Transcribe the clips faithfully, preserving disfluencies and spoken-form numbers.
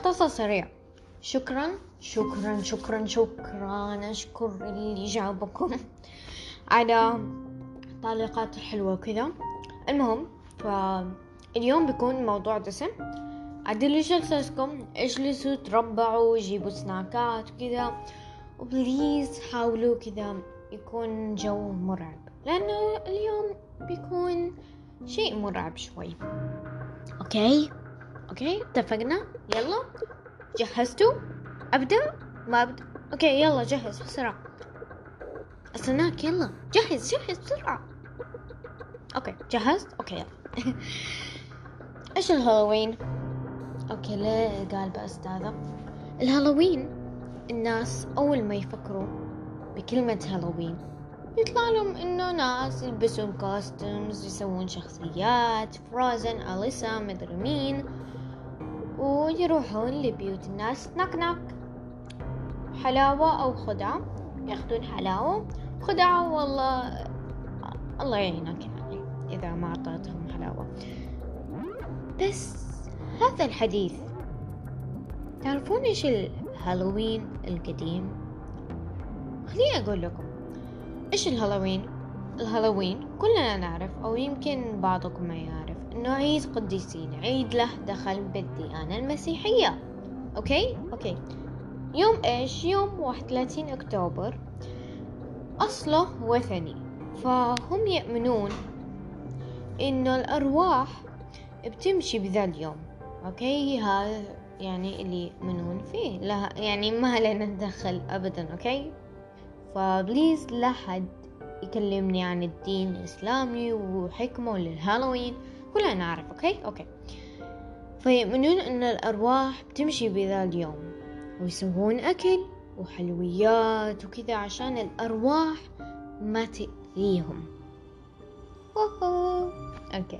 مختصر سريع. شكرا شكرا شكرا شكرا أشكر اللي جاوبكم على تعليقات الحلوة وكذا. المهم فاليوم بيكون موضوع دسم. عدلوا جلساتكم، اجلسوا تربعوا، جيبوا سناكات وكذا، وبليز حاولوا كذا يكون جو مرعب، لأنه اليوم بيكون شيء مرعب شوي. اوكي اوكي اتفقنا؟ يلا جهزتوا؟ ابدا؟ ما ابدا؟ اوكي يلا جهز بسرعه. استناك، يلا جهز جهز بسرعه. اوكي جهزت؟ اوكي يلا. ايش الهالوين؟ اوكي ليه قال باستاذه الهالوين؟ الناس اول ما يفكروا بكلمه هالوين يطلع لهم انه ناس يلبسون كوستومز، يسوون شخصيات فروزن، أليسا، مدري مين، ويروحون لبيوت الناس ناك ناك، حلاوة او خدعة، ياخذون حلاوة خدعة. والله الله يعينك يعني اذا ما اعطيتهم حلاوة. بس هذا الحديث، تعرفون ايش الهالوين القديم؟ خليني اقول لكم إيش الهالوين. الهالوين كلنا نعرف، أو يمكن بعضكم ما يعرف، إنه عيد قديسين، عيد له دخل بالديانة المسيحية. أوكي أوكي يوم إيش؟ يوم واحد وثلاثين أكتوبر. أصله وثني، فهم يؤمنون إنه الأرواح بتمشي بذا اليوم. أوكي هذا يعني اللي يؤمنون فيه، لا يعني ما لنا ندخل أبدا. أوكي فبليز لا حد يكلمني عن الدين الإسلامي وحكمه للهالوين، كلنا نعرف. أوكي أوكي فيؤمنون أن الأرواح بتمشي بذا اليوم، ويسوون أكل وحلويات وكذا عشان الأرواح ما تأذيهم. أوكي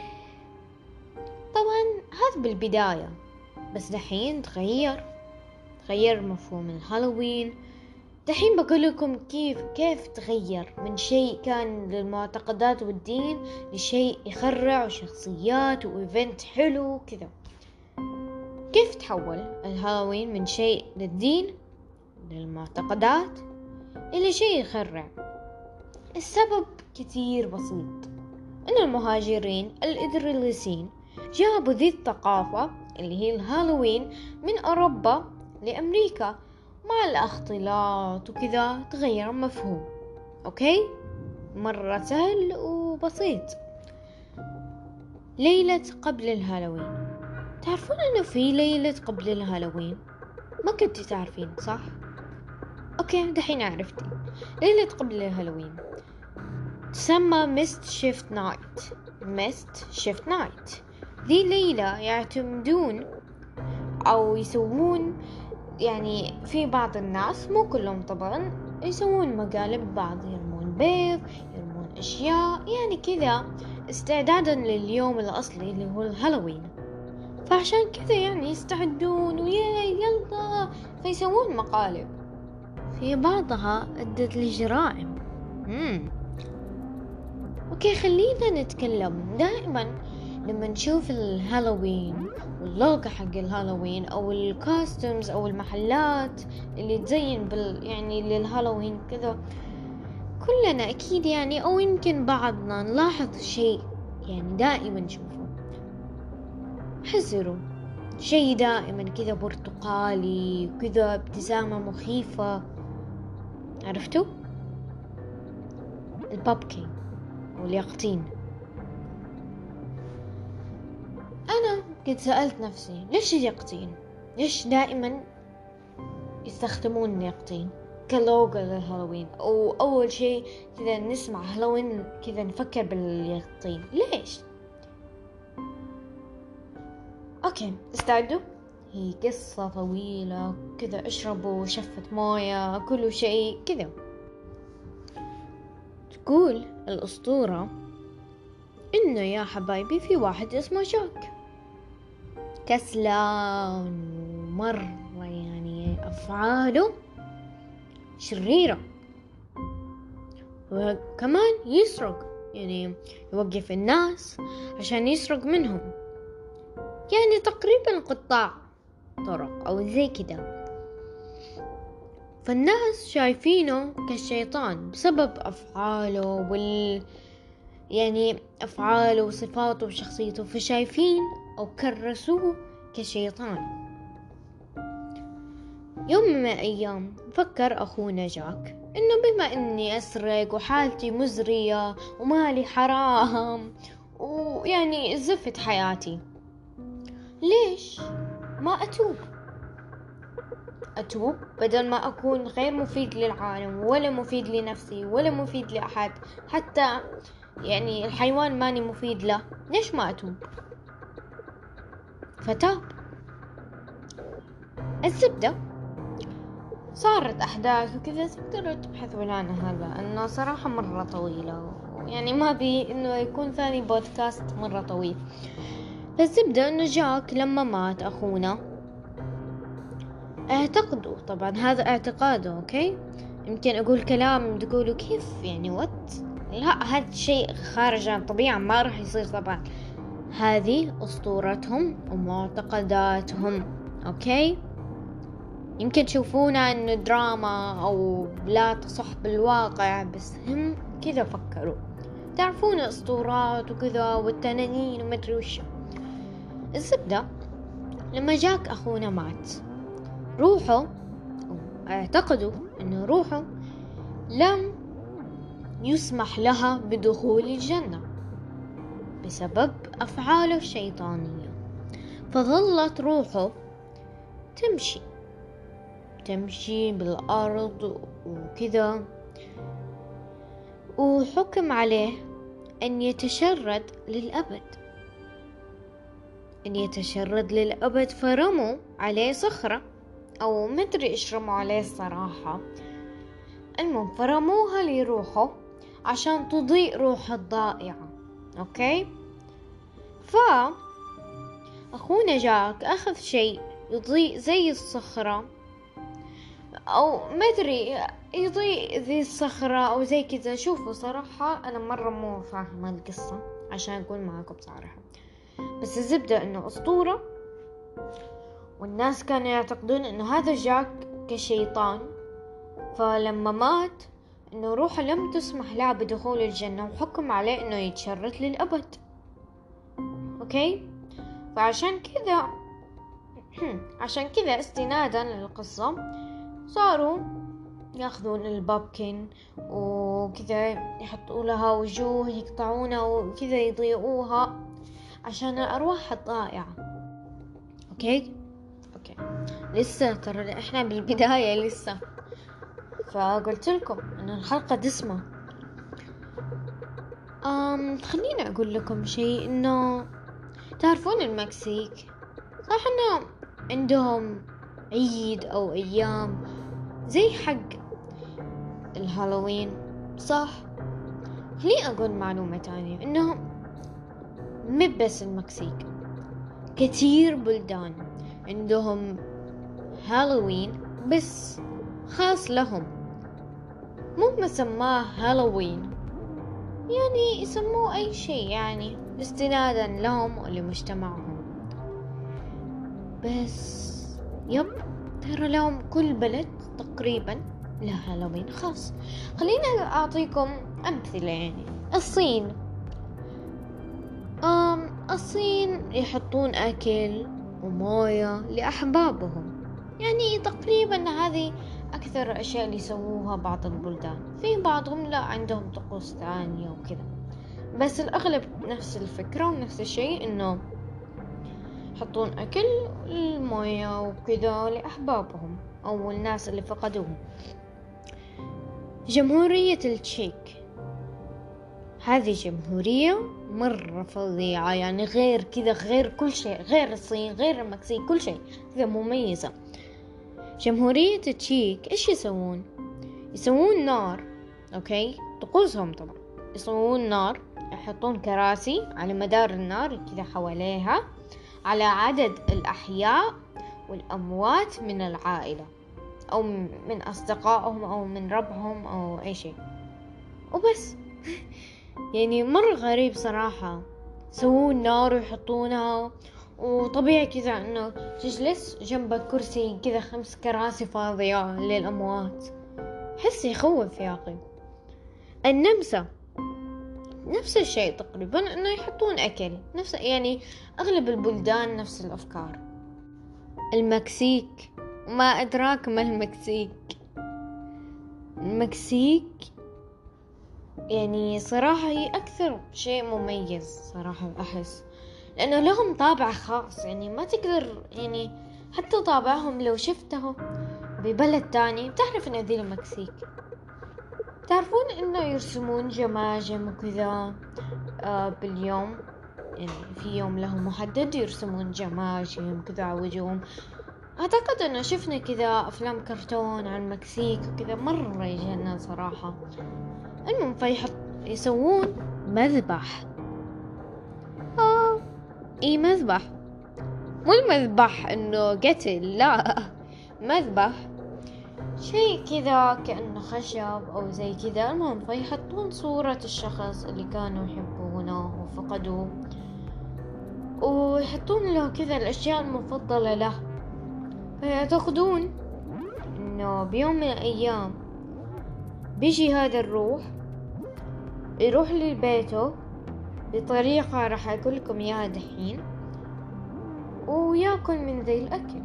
طبعا هذا بالبداية، بس دحين تغير تغير مفهوم الهالوين. دحين بقول لكم كيف كيف تغير من شيء كان للمعتقدات والدين لشيء يخرع وشخصيات وإيفنت حلو كذا. كيف تحول الهالوين من شيء للدين للمعتقدات إلى شيء يخرع؟ السبب كتير بسيط، إن المهاجرين الإدريسيين جابوا ذي الثقافة اللي هي الهالوين من أوروبا لأمريكا. مع الاختلاط وكذا تغير مفهوم. أوكي مرة سهل وبسيط. ليلة قبل الهالوين، تعرفون أنه في ليلة قبل الهالوين؟ ما كنتي تعرفين صح؟ أوكي دحين عرفتي. ليلة قبل الهالوين تسمى ميست شيفت نايت. ميست شيفت نايت ذي ليلة يعتمدون أو يسوون، يعني في بعض الناس مو كلهم طبعا، يسوون مقالب، بعض يرمون بيض، يرمون أشياء يعني كذا استعدادا لليوم الأصلي اللي هو الهالوين. فعشان كذا يعني يستعدون ويا يلا فيسوون مقالب، في بعضها أدت لجرائم. مم. أوكي خلينا نتكلم. دائما لما نشوف الهالوين واللوجو حق الهالوين او الكاستمز او المحلات اللي تزين بال يعني للهالوين كذا، كلنا اكيد يعني او يمكن بعضنا نلاحظ شيء يعني دائما نشوفه، حزروا شيء دائما كذا برتقالي وكذا ابتسامة مخيفة. عرفتوا البابكين واليقطين؟ أنا قد سألت نفسي ليش اليقطين؟ ليش دائما يستخدمون اليقطين كلوجو للهالوين؟ أو أول شيء كذا نسمع هالوين كذا نفكر باليقطين، ليش؟ أوكي استعدوا، هي قصة طويلة كذا، اشربوا شفة موية كل شيء كذا. تقول الأسطورة إنه يا حبايبي في واحد اسمه جاك كسلان مرة، يعني أفعاله شريرة، وكمان يسرق، يعني يوقف الناس عشان يسرق منهم، يعني تقريبا قطاع. طرق أو زي كده. فالناس شايفينه كالشيطان بسبب أفعاله وال يعني أفعاله وصفاته وشخصيته، فشايفين أو كرسوه كشيطان. يوم من الأيام فكر أخونا جاك إنه بما إني أسرق وحالتي مزرية ومالي حرام ويعني زفت حياتي، ليش ما أتوب أتوب بدل ما أكون غير مفيد للعالم ولا مفيد لنفسي ولا مفيد لأحد، حتى يعني الحيوان ماني مفيد له، ليش ما أتوب؟ فتاب. الزبدة صارت أحداث وكذا، تقدروا تبحثوا عنها هلا، إنه صراحة مرة طويلة، يعني ما بي إنه يكون ثاني بودكاست مرة طويل. فالزبدة إنه جاك لما مات أخونا اعتقدوا، طبعا هذا اعتقاده، أوكي؟ يمكن أقول كلام تقولوا كيف يعني وات، لا هذا شيء خارج عن الطبيعة ما راح يصير طبعا، هذه أسطورتهم ومعتقداتهم، أوكي؟ يمكن تشوفونا إنه دراما أو لا تصح بالواقع، بس هم كذا فكروا، تعرفون أسطورات وكذا والتنانين ومدري وش. الزبدة لما جاك أخونا مات، روحه اعتقدوا إنه روحه لم يسمح لها بدخول الجنة بسبب أفعاله الشيطانية، فظلت روحه تمشي تمشي بالأرض وكذا، وحكم عليه أن يتشرد للأبد أن يتشرد للأبد فرموا عليه صخرة أو مدري إيش رموا عليه الصراحة، المهم فرموها لروحه عشان تضيء روحه الضائعة، أوكي؟ فأخونا جاك أخذ شيء يضيء زي الصخرة أو مدري يضيء ذي الصخرة أو زي كذا. شوفوا صراحة أنا مرة مو فاهمة القصة عشان أقول معاكم بصراحة، بس الزبدة إنه أسطورة، والناس كانوا يعتقدون إنه هذا جاك كشيطان، فلما مات إنه روحه لم تسمح له بدخول الجنة وحكم عليه إنه يتشرد للأبد، أوكي؟ فعشان كذا عشان كذا استنادا للقصة صاروا ياخذون البابكن وكذا يحطوا لها وجوه يقطعونها وكذا يضيئوها عشان الأرواح الضائعة، أوكي؟ أوكي لسه ترى إحنا بالبداية لسه، فقلت لكم إن الحلقة دسمة. أم خليني أقول لكم شيء، إنه تعرفون المكسيك صح إنه عندهم عيد أو أيام زي حق الهالوين، صح؟ خليني أقول معلومة تانية، إنه مو بس المكسيك، كتير بلدان عندهم هالوين بس خاص لهم، مو مسماه هالوين يعني يسموه أي شيء يعني استنادا لهم ولمجتمعهم، بس يب ترى لهم كل بلد تقريبا له هالوين خاص. خلينا أعطيكم أمثلة، يعني الصين أم الصين يحطون أكل وموية لأحبابهم، يعني تقريبا هذه أكثر الأشياء اللي يسووها بعض البلدان، في بعضهم لا عندهم طقوس ثانية وكذا، بس الأغلب نفس الفكرة ونفس الشيء، إنه يحطون أكل الموية وكذا لأحبابهم أو الناس اللي فقدوهم. جمهورية التشيك هذه جمهورية مرة فظيعة، يعني غير كذا، غير كل شيء، غير الصين، غير المكسيك، كل شيء كذا مميزة. جمهورية التشيك إيش يسوون؟ يسوون نار، أوكي، طقوسهم طبعا، يسوون نار، يحطون كراسي على مدار النار كذا حواليها على عدد الأحياء والأموات من العائلة أو من أصدقائهم أو من ربعهم أو أي شيء، وبس. يعني مرة غريب صراحة، يسوون نار ويحطونها وطبيعي كذا انه تجلس جنبك كرسي كذا، خمس كراسي فاضية للأموات. حس يخوف يا أخي. النمسا نفس الشيء تقريبا، انه يحطون اكل نفس، يعني اغلب البلدان نفس الافكار. المكسيك، ما ادراك ما المكسيك. المكسيك يعني صراحة هي اكثر شيء مميز صراحة احس، لانه لهم طابع خاص، يعني ما تقدر يعني حتى طابعهم لو شفته ببلد تاني بتعرف انه ذي المكسيك. تعرفون انه يرسمون جماجم وكذا آه باليوم، يعني في يوم له محدد يرسمون جماجم كذا على وجههم. اعتقد انه شفنا كذا افلام كرتون عن المكسيك وكذا، مرة يجنن صراحة. المهم فيحط يسوون مذبح. اه اي مذبح، مو المذبح انه قتل، لا مذبح شيء كذا كأنه خشب أو زي كذا. المهم فيحطون صورة الشخص اللي كانوا يحبونه وفقدوه، ويحطون له كذا الأشياء المفضلة له. فيعتقدون إنه بيوم من الأيام بيجي هذا الروح، يروح لبيته بطريقة راح أقول لكم إياها دحين، ويأكل من ذي الأكل.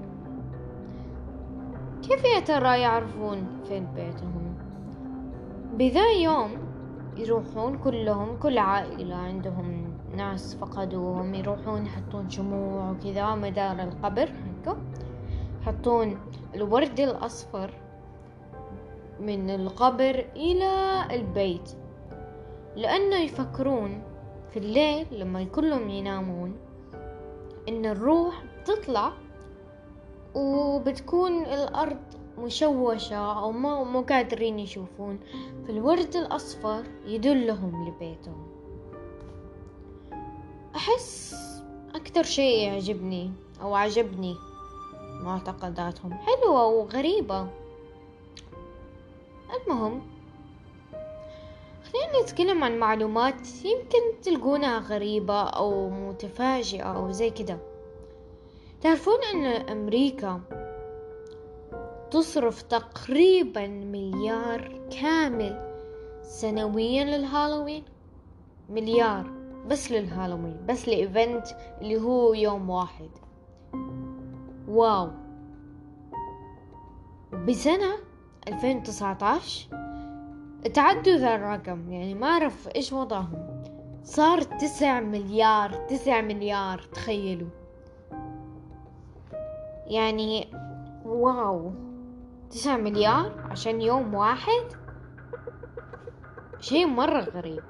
كيف يا ترى يعرفون فين بيتهم؟ بذا يوم يروحون كلهم، كل عائلة عندهم ناس فقدوهم، يروحون يحطون شموع وكذا مدار القبر حقه، يحطون الورد الأصفر من القبر إلى البيت، لأنه يفكرون في الليل لما كلهم ينامون إن الروح تطلع وبتكون الأرض مشوشة أو ما مو قادرين يشوفون، فالورد الأصفر يدلهم لبيتهم. أحس أكثر شيء يعجبني أو عجبني معتقداتهم حلوة وغريبة. المهم خلينا نتكلم عن معلومات يمكن تلقونها غريبة أو متفاجئة أو زي كده. تعرفون أن أمريكا تصرف تقريبا مليار كامل سنويا للهالوين؟ مليار بس للهالوين، بس لإيفنت اللي هو يوم واحد. واو. بسنة ألفين وتسعة عشر تعدوا ذا الرقم، يعني ما أعرف إيش وضعهم، صار تسع مليار. تسع مليار تخيلوا، يعني واو، تسعة مليار عشان يوم واحد، شيء مرة غريب.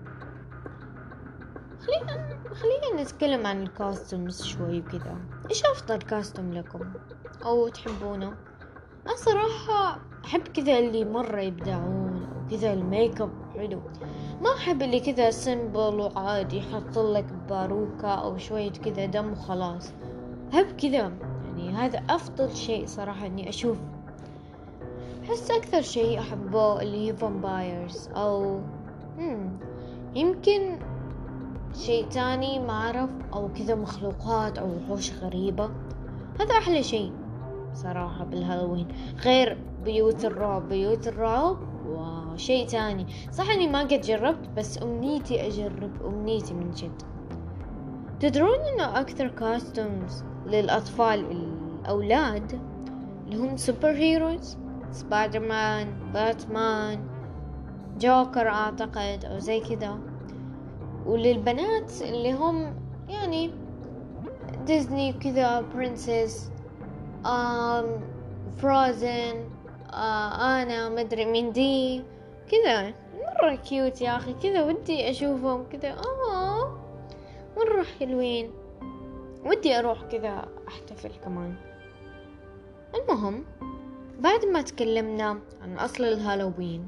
خلينا خلينا نتكلم عن الكاستمز شوي وكذا. ايش افضل كاستم لكم او تحبونه؟ انا صراحة احب كذا اللي مرة يبدعون وكذا الميك اب حلو، ما احب اللي كذا سيمبل وعادي يحط لك باروكة او شوية كذا دم وخلاص. احب كذا، يعني هذا افضل شيء صراحة اني اشوف. أحس أكثر شيء أحبه اللي هي فامبايرز أو مم. يمكن شيء تاني ما أعرف، أو كذا مخلوقات أو وحوش غريبة. هذا أحلى شيء صراحة بالهالوين، غير بيوت الرعب. بيوت الرعب واو شيء تاني. صح أني ما قد جربت، بس أمنيتي أجرب، أمنيتي من جد. تدرون أنه أكثر كاستومز للأطفال الأولاد اللي هم سوبر هيروز، سبايدر مان، باتمان، جوكر أعتقد أو زي كده. وللبنات اللي هم يعني ديزني كذا، برنسس، آم فروزن، آه أنا مدري من دي كذا، مرة كيوت يا أخي، كذا ودي أشوفهم كذا، آه مرة حلوين، ودي أروح كذا أحتفل كمان. المهم بعد ما تكلمنا عن أصل الهالوين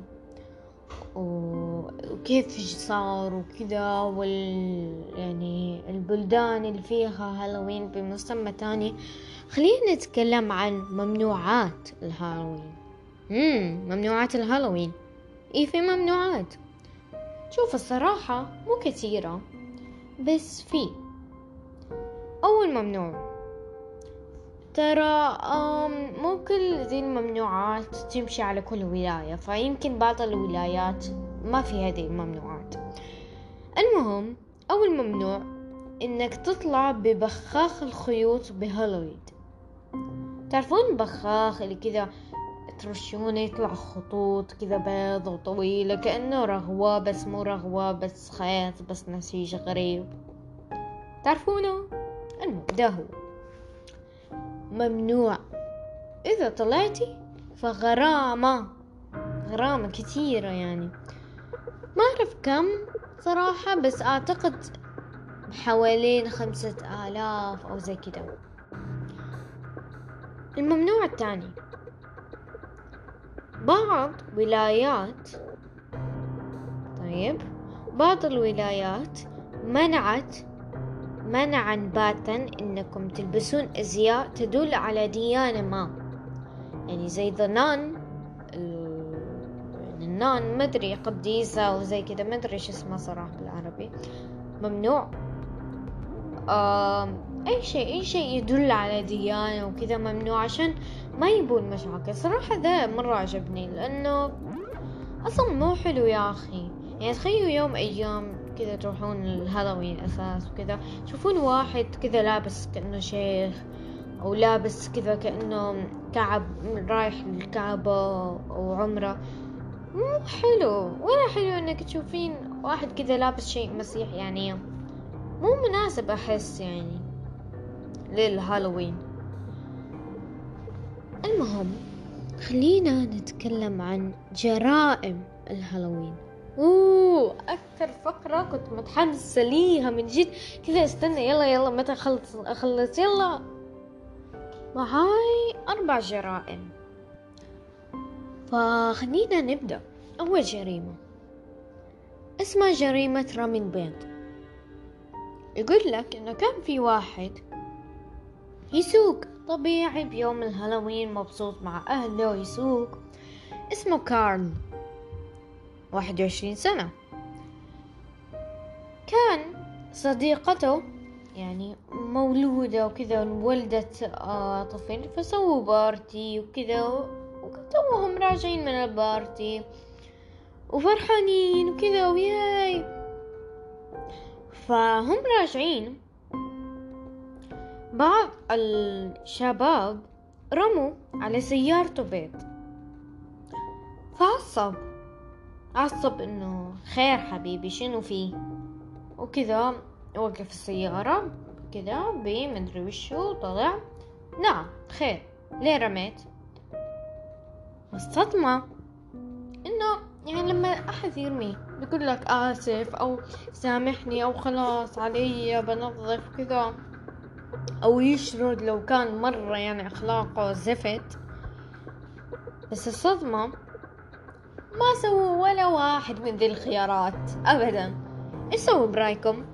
وكيف صار وكذا، وال يعني البلدان اللي فيها هالوين بمسمى تاني، خلينا نتكلم عن ممنوعات الهالوين. مم ممنوعات الهالوين. إيه في ممنوعات. شوف الصراحة مو كثيرة، بس في. أول ممنوع، ترى مو كل ذي الممنوعات تمشي على كل ولاية، فيمكن بعض الولايات ما في هذه الممنوعات. المهم أول ممنوع إنك تطلع ببخاخ الخيوط بهالوين. تعرفون بخاخ اللي كذا ترشونه يطلع خطوط كذا بيض وطويلة كأنه رغوة، بس مو رغوة، بس خيط، بس نسيج غريب. تعرفونه؟ المهم ده هو ممنوع. إذا طلعتي فغرامة غرامة كثيرة، يعني ما أعرف كم صراحة، بس أعتقد حوالين خمسة آلاف أو زي كده. الممنوع الثاني، بعض ولايات طيب بعض الولايات منعت منعا باتا إنكم تلبسون أزياء تدل على ديانة ما، يعني زي the nun، النان مدري قديسة وزي كده، مدري إيش اسمها صراحة بالعربي. ممنوع أي شيء أي شيء يدل على ديانة وكذا ممنوع، عشان ما يبون مشاكل. صراحة ذا مرة عجبني، لأنه أصلا مو حلو يا أخي. يعني تخيلوا يوم أيام كذا تروحون الهالوين أساس وكذا، تشوفون واحد كذا لابس كأنه شيخ، أو لابس كذا كأنه كعب رايح للكعبة أو عمرة. مو حلو، ولا حلو إنك تشوفين واحد كذا لابس شيء مسيح، يعني مو مناسب أحس يعني للهالوين. المهم خلينا نتكلم عن جرائم الهالوين. اوه اكثر فقرة كنت متحمسة ليها من جد، كذا استنى يلا يلا متى اخلص اخلص يلا. معاي اربع جرائم، فخلينا نبدأ. اول جريمة اسمها جريمة رمي البيض. يقول لك انه كان في واحد يسوق طبيعي بيوم الهالوين، مبسوط مع اهله يسوق، اسمه كارل، واحد وعشرين سنة. كان صديقته يعني مولودة وكذا، ولدت آه طفل، فسووا بارتي وكذا، وكتوهم راجعين من البارتي وفرحانين وكذا وياي. فهم راجعين، بعض الشباب رموا على سيارته بيض، فعصب عصب انه خير حبيبي شنو فيه وكذا. وقف السيارة كذا بمدري وشو، طلع نعم خير ليه رميت. والصدمة انه يعني لما احد يرمي بيقول لك اسف او سامحني او خلاص علي بنظف كذا، او يشرد لو كان مرة يعني اخلاقه زفت. بس الصدمة ما سووا ولا واحد من ذي الخيارات ابدا. ايش سووا برايكم؟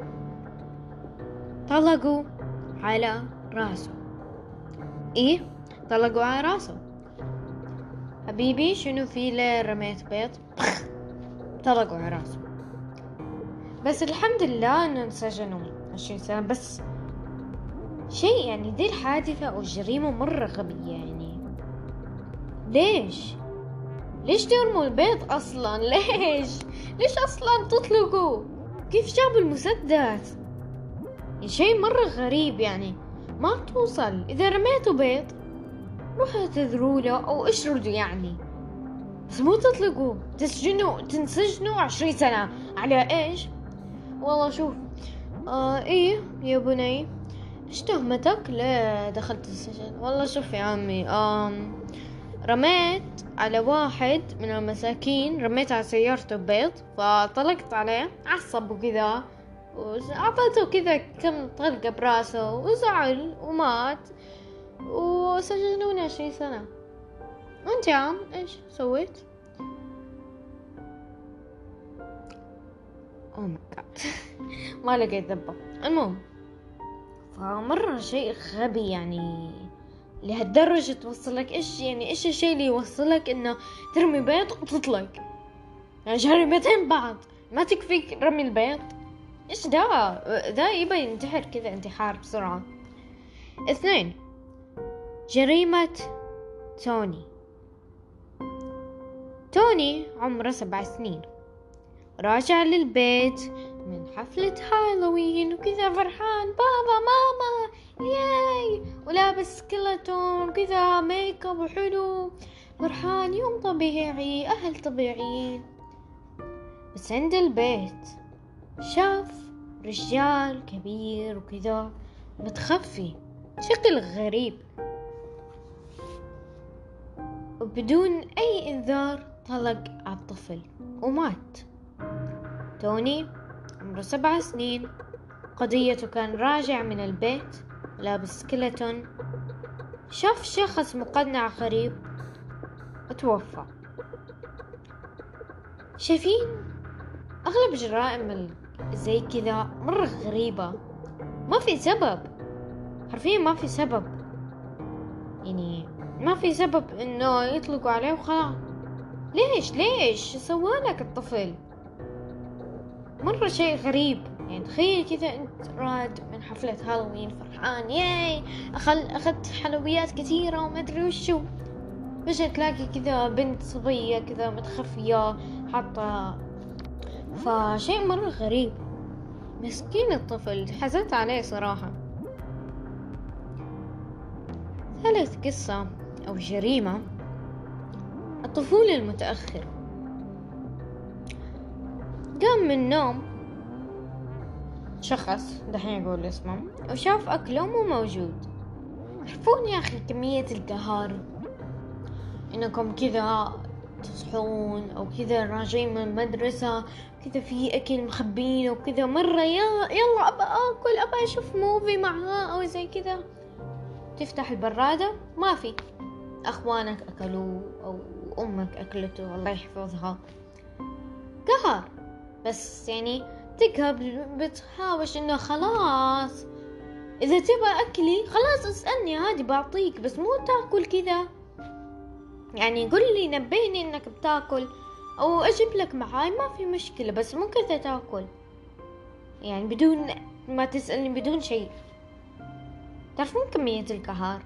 طلقوا على راسه. ايه طلقوا على راسه. حبيبي شنو في ليه رميت بيض؟ طلقوا على راسه. بس الحمد لله انه انسجنوا عشرين سنة بس. شيء يعني دي الحادثة او الجريمة مرة غبية. يعني ليش ليش ترموا البيض اصلا؟ ليش ليش اصلا تطلقوا؟ كيف جابوا المسدس؟ شيء مرة غريب. يعني ما توصل اذا رميتوا بيض روحوا اعتذروا له او اشردوا يعني، بس مو تطلقوا تسجنوا تنسجنوا عشرين سنة على ايش؟ والله شوف آه ايه يا بني ايش تهمتك؟ ليه دخلت السجن؟ والله شوف يا عمي آم رميت على واحد من المساكين، رميت على سيارته بيض فطلقت عليه، عصب وكذا وأعطيته كذا كم طلقة براسه وزعل ومات وسجنوني عشرين سنة. وانت يا عم ايش سويت؟ اوه ماي جاد ما لقيت ذبة. المهم فمرة شيء غبي يعني لهالدرجة توصلك. ايش يعني ايش الشيء اللي يوصلك انه ترمي بيض وتطلق؟ يعني جريمتين بعض، ما تكفيك رمي البيض؟ ايش ده؟ ده يبقى ينتحر كذا انتحار بسرعة. اثنين، جريمة توني. توني عمره سبع سنين، راجع للبيت من حفلة هالوين وكذا فرحان، بابا ماما ياي، ولابس سكيلتون وكذا ميك اب وحلو، فرحان، يوم طبيعي، أهل طبيعيين. بس عند البيت شاف رجال كبير وكذا متخفي، شكل غريب، وبدون أي إنذار طلق على الطفل ومات. توني عمره سبع سنين، قضيته كان راجع من البيت لابس سكيلتون، شاف شخص مقنع غريب وتوفى. شايفين أغلب جرائم زي كذا مرة غريبة، ما في سبب، حرفيا ما في سبب، يعني ما في سبب إنه يطلقوا عليه وخلاص. ليش ليش سوالك الطفل؟ مرة شيء غريب. يعني تخيل كذا أنت راد من حفلة هالوين فرحان، ياي أخل أخذت حلويات كثيرة وما أدري وشو، فجأة تلاقي كذا بنت صبية كذا متخفية حاطة، فشيء مرة غريب. مسكين الطفل، حزنت عليه صراحة. ثالث قصة أو جريمة، الطفول المتأخر. قام من النوم شخص، دحين أقول اسمه، وشاف أكله مو موجود. عرفون يا أخي كمية القهر إنكم كذا تصحون أو كذا راجعين من المدرسة كذا في أكل مخبينه وكذا، مرة يلا يلا أبى أكل، أبى أشوف موفي معها أو زي كذا، تفتح البرادة ما في، أخوانك أكلوه أو أمك أكلته الله يحفظها. قهر، بس يعني تقهر، بتحاوش إنه خلاص إذا تبى أكلي خلاص اسألني عادي بعطيك، بس مو تاكل كذا. يعني قل لي نبهني إنك بتاكل أو أجيب لك معاي، ما في مشكلة، بس مو كذا تاكل يعني بدون ما تسألني بدون شيء. تعرفون كمية القهر؟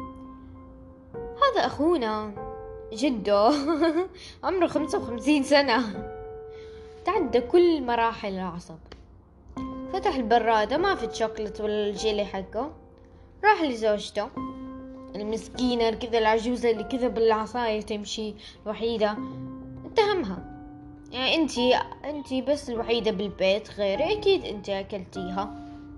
هذا أخونا جده عمره خمسة وخمسين سنة، تعدى كل مراحل العصب. فتح البرادة ما في الشوكولات ولا الجيلي حقه، راح لزوجته المسكينة كذا العجوزة اللي كذا بالعصاية تمشي الوحيدة، اتهمها، يعني انتي انتي بس الوحيدة بالبيت، غيري اكيد انتي اكلتيها.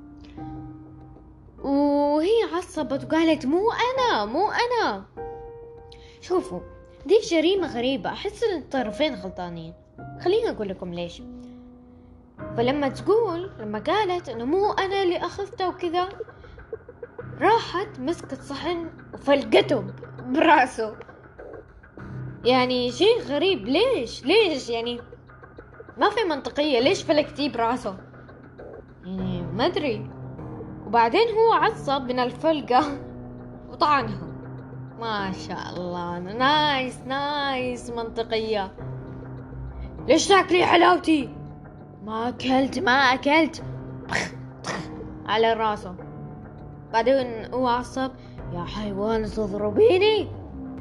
وهي عصبت وقالت مو انا مو انا. شوفوا دي جريمة غريبة، احس الطرفين غلطانين، خليني اقول لكم ليش. فلما تقول لما قالت انه مو انا اللي اخذته وكذا، راحت مسكت صحن وفلقته براسه، يعني شيء غريب. ليش ليش يعني ما في منطقية، ليش فلقتيه براسه يعني ما ادري. وبعدين هو عصب من الفلقة وطعنها. ما شاء الله، نايس نايس منطقية. ليش تاكلي حلاوتي؟ ما أكلت ما أكلت على راسه. بعدين هو عصب، يا حيوان تضربيني،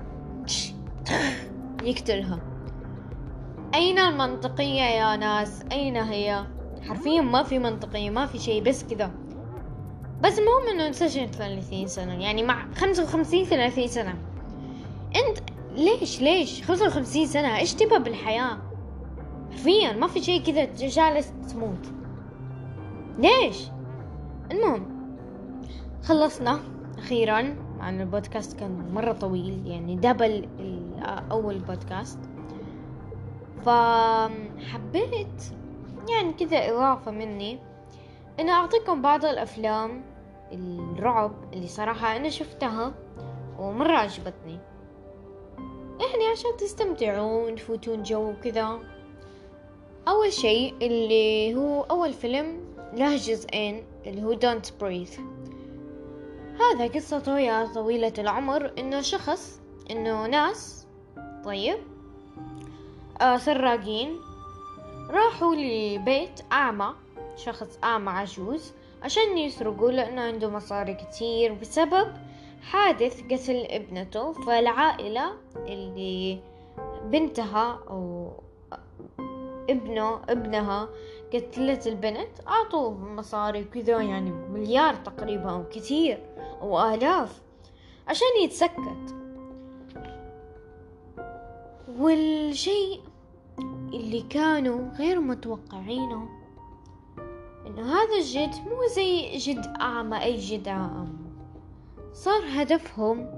يقتلها. أين المنطقية يا ناس؟ أين هي؟ حرفيا ما في منطقية، ما في شيء، بس كذا. بس المهم انه انسجن ثلاثين سنة، يعني مع خمسة وخمسين ثلاثين سنة. انت ليش ليش خمسة وخمسين سنة؟ ايش تبى بالحياة؟ حرفيا ما في شيء كذا جالس تموت، ليش؟ المهم خلصنا اخيرا، مع ان البودكاست كان مرة طويل، يعني دبل اول بودكاست. فحبيت يعني كذا اضافة مني أنا أعطيكم بعض الأفلام الرعب اللي صراحة أنا شفتها ومرة عجبتني، يعني عشان تستمتعون تفوتون جو كذا. أول شيء اللي هو أول فيلم له جزئين اللي هو Don't Breathe. هذا قصته يا طويلة العمر إنه شخص إنه ناس طيب آه سراقين راحوا لبيت أعمى، شخص أعمى عجوز، عشان يسرقوا لأنه عنده مصاري كتير بسبب حادث قتل ابنته. فالعائلة اللي بنتها أو ابنه ابنها قتلت البنت أعطوه مصاري كذا، يعني مليار تقريبا أو كتير أو آلاف عشان يتسكت. والشيء اللي كانوا غير متوقعينه إنه هذا الجد مو زي جد أعمى أي جد أعمى، صار هدفهم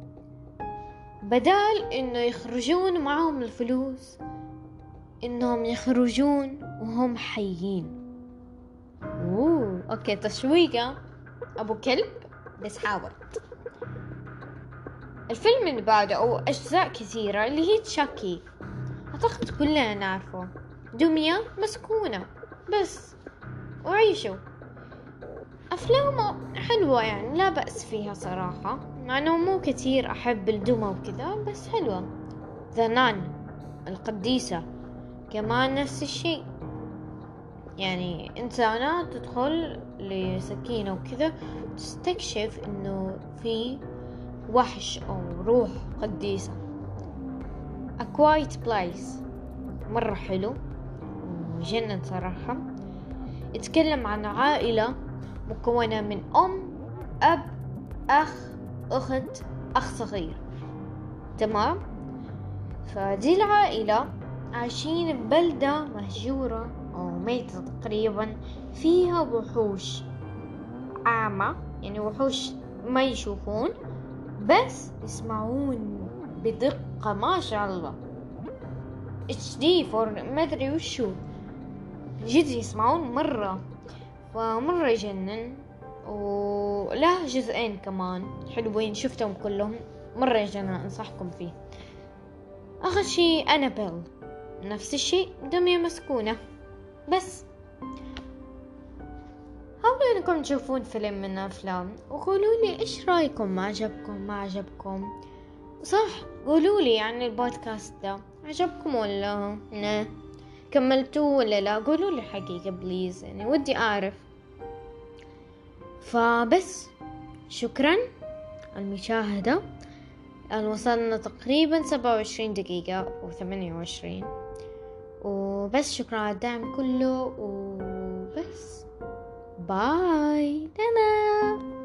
بدال إنه يخرجون معهم الفلوس إنهم يخرجون وهم حيين. أوه أوكي، تشويقة أبو كلب بس حاول. الفيلم اللي بعده أو أجزاء كثيرة اللي هي تشاكي، أعتقد كلنا نعرفه. دمية مسكونة بس وعيشوا. أفلامه حلوة يعني لا بأس فيها صراحة، مع أنه مو كتير أحب الدمى وكذا، بس حلوة. ذا نان القديسة كمان نفس الشيء، يعني إنسانة تدخل لسكينة وكذا تستكشف إنه في وحش أو روح قديسة. A Quiet Place مرة حلو وجنن صراحة. يتكلم عن عائلة مكونة من أم أب أخ أخت أخ صغير، تمام؟ فدي العائلة عايشين ببلدة مهجورة أو ميتة تقريبا، فيها وحوش أعمى، يعني وحوش ما يشوفون بس يسمعون بدقة ما شاء الله اتش دي فور ما أدري وشو، جد يسمعون مرة، فمرة يجنن. وله جزئين كمان حلوين شفتهم كلهم، مرة يجنن أنصحكم فيه. آخر شيء أنابيل نفس الشيء، دمية مسكونة بس. حاولوا انكم تشوفون فيلم من أفلام وقولوا لي إيش رأيكم، ما عجبكم ما عجبكم. صح قولوا لي يعني البودكاست ده عجبكم ولا لا، كملتوه ولا لا، قولوا لي حقيقة بليز، يعني ودي أعرف. فبس شكرا المشاهدة. وصلنا تقريبا سبعة وعشرين دقيقة أو ثمانية وعشرين، وبس شكرا على الدعم كله، وبس باي.